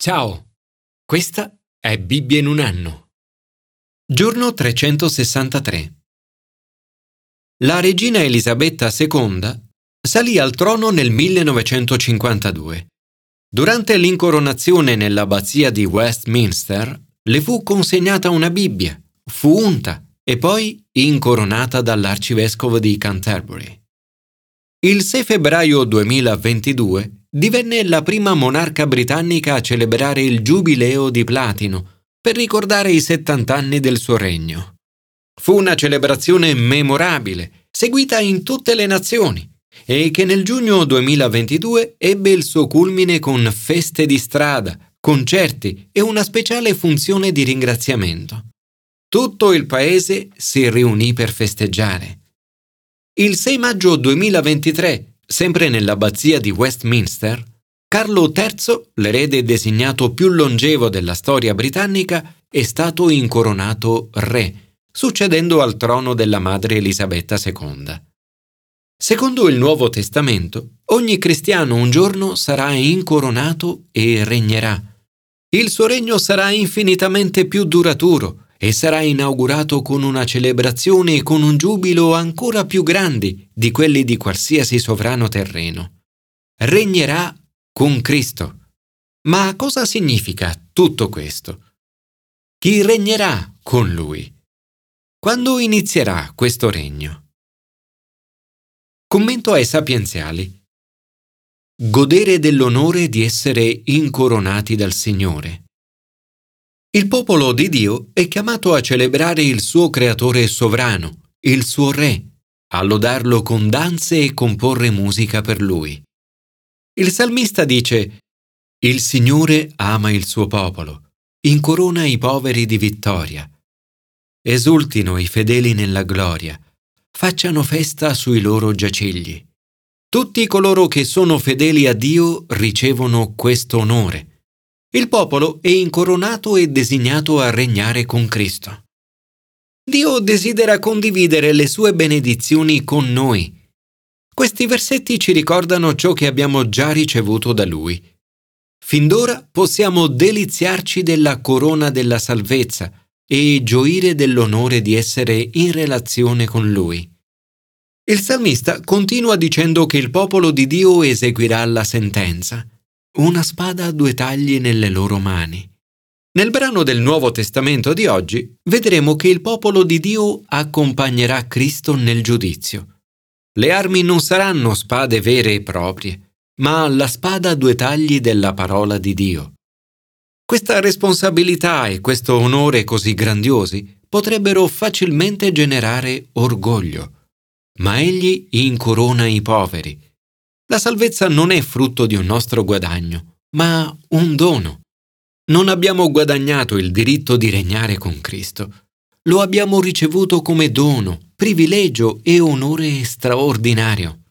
Ciao, questa è Bibbia in un anno. Giorno 363. La regina Elisabetta II salì al trono nel 1952. Durante l'incoronazione nell'abbazia di Westminster le fu consegnata una Bibbia, fu unta e poi incoronata dall'arcivescovo di Canterbury. Il 6 febbraio 2022 divenne la prima monarca britannica a celebrare il Giubileo di Platino per ricordare i 70 anni del suo regno. Fu una celebrazione memorabile, seguita in tutte le nazioni, e che nel giugno 2022 ebbe il suo culmine con feste di strada, concerti e una speciale funzione di ringraziamento. Tutto il paese si riunì per festeggiare. Il 6 maggio 2023, sempre nell'abbazia di Westminster, Carlo III, l'erede designato più longevo della storia britannica, è stato incoronato re, succedendo al trono della madre Elisabetta II. Secondo il Nuovo Testamento, ogni cristiano un giorno sarà incoronato e regnerà. Il suo regno sarà infinitamente più duraturo e sarà inaugurato con una celebrazione e con un giubilo ancora più grandi di quelli di qualsiasi sovrano terreno. Regnerà con Cristo. Ma cosa significa tutto questo? Chi regnerà con Lui? Quando inizierà questo regno? Commento ai sapienziali. Godere dell'onore di essere incoronati dal Signore. Il popolo di Dio è chiamato a celebrare il suo creatore sovrano, il suo re, a lodarlo con danze e comporre musica per lui. Il salmista dice: «Il Signore ama il suo popolo, incorona i poveri di vittoria. Esultino i fedeli nella gloria, facciano festa sui loro giacigli. Tutti coloro che sono fedeli a Dio ricevono questo onore. Il popolo è incoronato e designato a regnare con Cristo. Dio desidera condividere le sue benedizioni con noi. Questi versetti ci ricordano ciò che abbiamo già ricevuto da Lui. Fin d'ora possiamo deliziarci della corona della salvezza e gioire dell'onore di essere in relazione con Lui. Il salmista continua dicendo che il popolo di Dio eseguirà la sentenza. Una spada a due tagli nelle loro mani. Nel brano del Nuovo Testamento di oggi vedremo che il popolo di Dio accompagnerà Cristo nel giudizio. Le armi non saranno spade vere e proprie, ma la spada a due tagli della parola di Dio. Questa responsabilità e questo onore così grandiosi potrebbero facilmente generare orgoglio, ma Egli incorona i poveri. La salvezza non è frutto di un nostro guadagno, ma un dono. Non abbiamo guadagnato il diritto di regnare con Cristo. Lo abbiamo ricevuto come dono, privilegio e onore straordinario.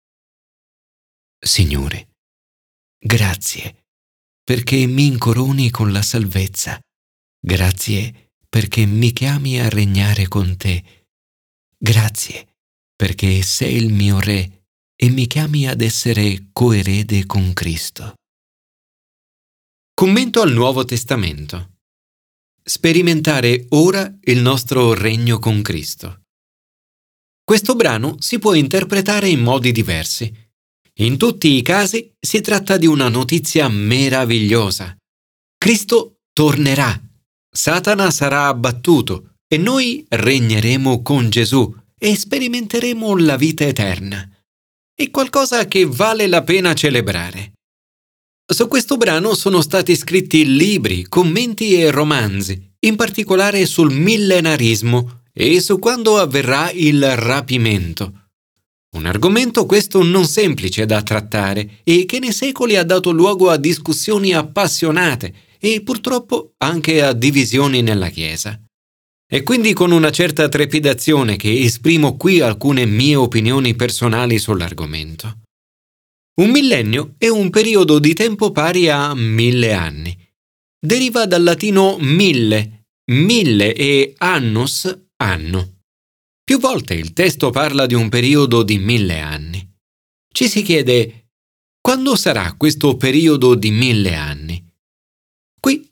Signore, grazie perché mi incoroni con la salvezza. Grazie perché mi chiami a regnare con te. Grazie perché sei il mio Re e mi chiami ad essere coerede con Cristo. Commento al Nuovo Testamento. Sperimentare ora il nostro regno con Cristo. Questo brano si può interpretare in modi diversi. In tutti i casi si tratta di una notizia meravigliosa. Cristo tornerà, Satana sarà abbattuto e noi regneremo con Gesù e sperimenteremo la vita eterna. È qualcosa che vale la pena celebrare. Su questo brano sono stati scritti libri, commenti e romanzi, in particolare sul millenarismo e su quando avverrà il rapimento. Un argomento questo non semplice da trattare e che nei secoli ha dato luogo a discussioni appassionate e purtroppo anche a divisioni nella Chiesa. È quindi con una certa trepidazione che esprimo qui alcune mie opinioni personali sull'argomento. Un millennio è un periodo di tempo pari a 1000 anni. Deriva dal latino mille e annus, anno. Più volte il testo parla di un periodo di 1000 anni. Ci si chiede: quando sarà questo periodo di 1000 anni?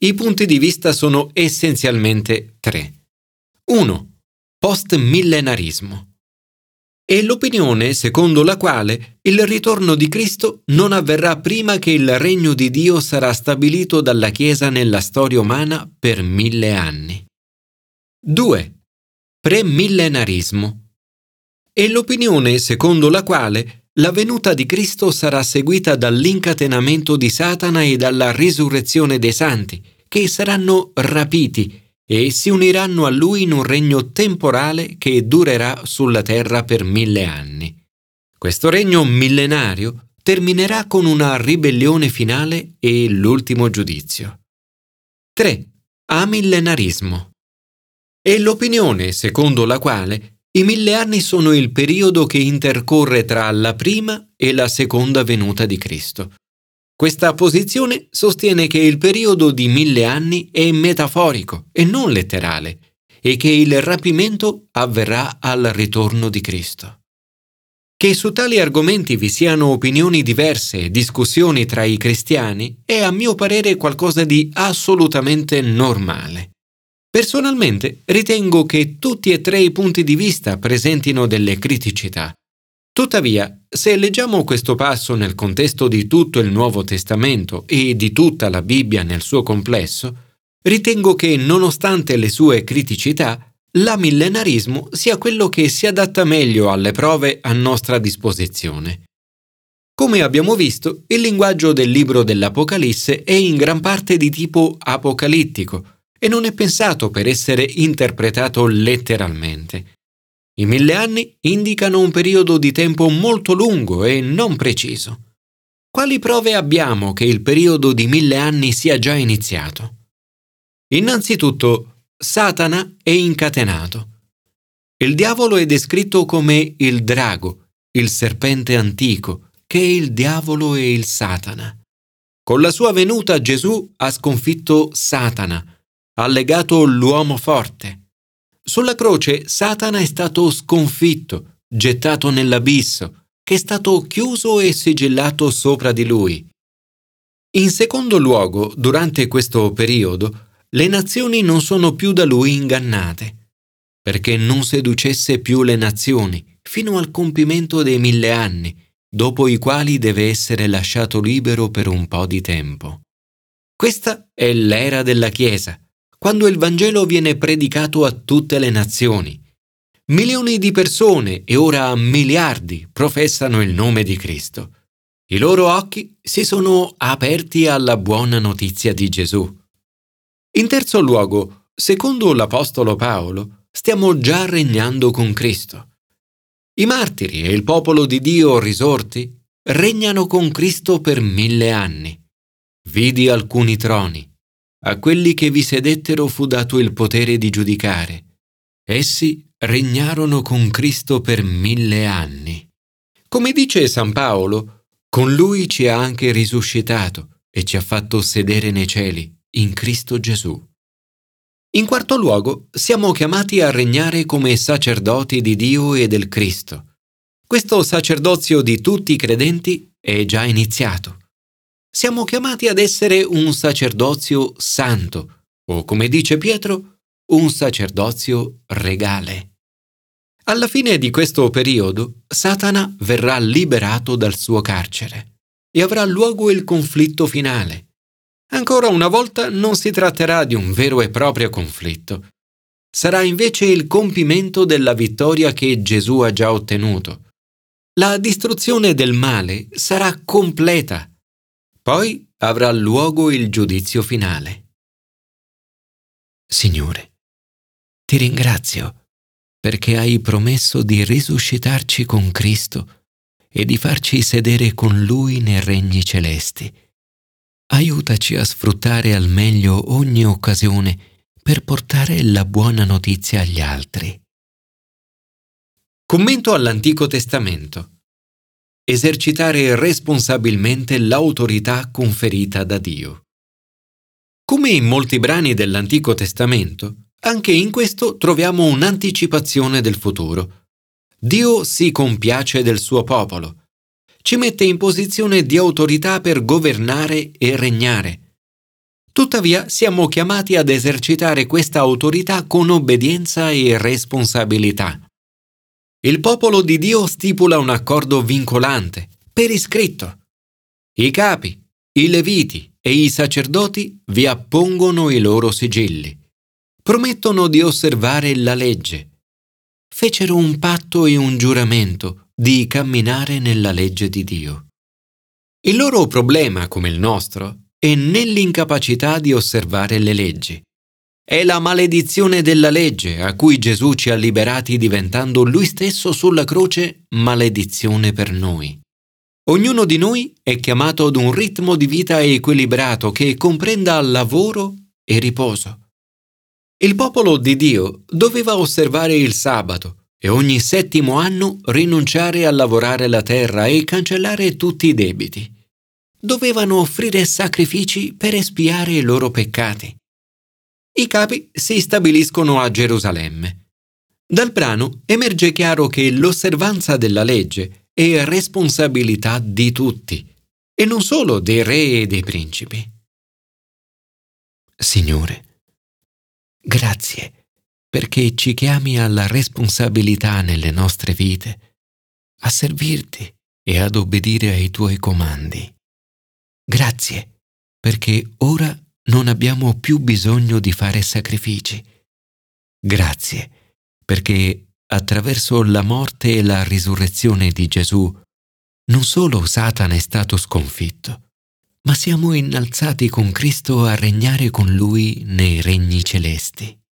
I punti di vista sono essenzialmente tre. 1. Postmillenarismo. È l'opinione secondo la quale il ritorno di Cristo non avverrà prima che il regno di Dio sarà stabilito dalla Chiesa nella storia umana per 1000 anni. 2. Premiillenarismo. È l'opinione secondo la quale la venuta di Cristo sarà seguita dall'incatenamento di Satana e dalla risurrezione dei santi, che saranno rapiti e si uniranno a Lui in un regno temporale che durerà sulla terra per 1000 anni. Questo regno millenario terminerà con una ribellione finale e l'ultimo giudizio. 3. Amillenarismo. È l'opinione secondo la quale i 1000 anni sono il periodo che intercorre tra la prima e la seconda venuta di Cristo. Questa posizione sostiene che il periodo di 1000 anni è metaforico e non letterale e che il rapimento avverrà al ritorno di Cristo. Che su tali argomenti vi siano opinioni diverse e discussioni tra i cristiani è a mio parere qualcosa di assolutamente normale. Personalmente ritengo che tutti e tre i punti di vista presentino delle criticità. Tuttavia, se leggiamo questo passo nel contesto di tutto il Nuovo Testamento e di tutta la Bibbia nel suo complesso, ritengo che, nonostante le sue criticità, l'amillenarismo sia quello che si adatta meglio alle prove a nostra disposizione. Come abbiamo visto, il linguaggio del libro dell'Apocalisse è in gran parte di tipo apocalittico e non è pensato per essere interpretato letteralmente. I 1000 anni indicano un periodo di tempo molto lungo e non preciso. Quali prove abbiamo che il periodo di 1000 anni sia già iniziato? Innanzitutto, Satana è incatenato. Il diavolo è descritto come il drago, il serpente antico, che è il diavolo e il Satana. Con la sua venuta Gesù ha sconfitto Satana, ha legato l'uomo forte. Sulla croce Satana è stato sconfitto, gettato nell'abisso, che è stato chiuso e sigillato sopra di lui. In secondo luogo, durante questo periodo, le nazioni non sono più da lui ingannate, perché non seducesse più le nazioni fino al compimento dei 1000 anni, dopo i quali deve essere lasciato libero per un po' di tempo. Questa è l'era della Chiesa, quando il Vangelo viene predicato a tutte le nazioni. Milioni di persone e ora miliardi professano il nome di Cristo. I loro occhi si sono aperti alla buona notizia di Gesù. In terzo luogo, secondo l'Apostolo Paolo, stiamo già regnando con Cristo. I martiri e il popolo di Dio risorti regnano con Cristo per 1000 anni. Vidi alcuni troni. A quelli che vi sedettero fu dato il potere di giudicare. Essi regnarono con Cristo per 1000 anni. Come dice San Paolo, con Lui ci ha anche risuscitato e ci ha fatto sedere nei cieli, in Cristo Gesù. In quarto luogo, siamo chiamati a regnare come sacerdoti di Dio e del Cristo. Questo sacerdozio di tutti i credenti è già iniziato. Siamo chiamati ad essere un sacerdozio santo, o come dice Pietro, un sacerdozio regale. Alla fine di questo periodo, Satana verrà liberato dal suo carcere e avrà luogo il conflitto finale. Ancora una volta non si tratterà di un vero e proprio conflitto. Sarà invece il compimento della vittoria che Gesù ha già ottenuto. La distruzione del male sarà completa. Poi avrà luogo il giudizio finale. Signore, ti ringrazio perché hai promesso di risuscitarci con Cristo e di farci sedere con Lui nei regni celesti. Aiutaci a sfruttare al meglio ogni occasione per portare la buona notizia agli altri. Commento all'Antico Testamento. Esercitare responsabilmente l'autorità conferita da Dio. Come in molti brani dell'Antico Testamento, anche in questo troviamo un'anticipazione del futuro. Dio si compiace del suo popolo. Ci mette in posizione di autorità per governare e regnare. Tuttavia siamo chiamati ad esercitare questa autorità con obbedienza e responsabilità. Il popolo di Dio stipula un accordo vincolante, per iscritto. I capi, i leviti e i sacerdoti vi appongono i loro sigilli. Promettono di osservare la legge. Fecero un patto e un giuramento di camminare nella legge di Dio. Il loro problema, come il nostro, è nell'incapacità di osservare le leggi. È la maledizione della legge a cui Gesù ci ha liberati diventando Lui stesso sulla croce maledizione per noi. Ognuno di noi è chiamato ad un ritmo di vita equilibrato che comprenda lavoro e riposo. Il popolo di Dio doveva osservare il sabato e ogni 7° anno rinunciare a lavorare la terra e cancellare tutti i debiti. Dovevano offrire sacrifici per espiare i loro peccati. I capi si stabiliscono a Gerusalemme. Dal brano emerge chiaro che l'osservanza della legge è responsabilità di tutti, e non solo dei re e dei principi. Signore, grazie perché ci chiami alla responsabilità nelle nostre vite, a servirti e ad obbedire ai tuoi comandi. Grazie perché ora non abbiamo più bisogno di fare sacrifici. Grazie perché attraverso la morte e la risurrezione di Gesù non solo Satana è stato sconfitto, ma siamo innalzati con Cristo a regnare con Lui nei regni celesti.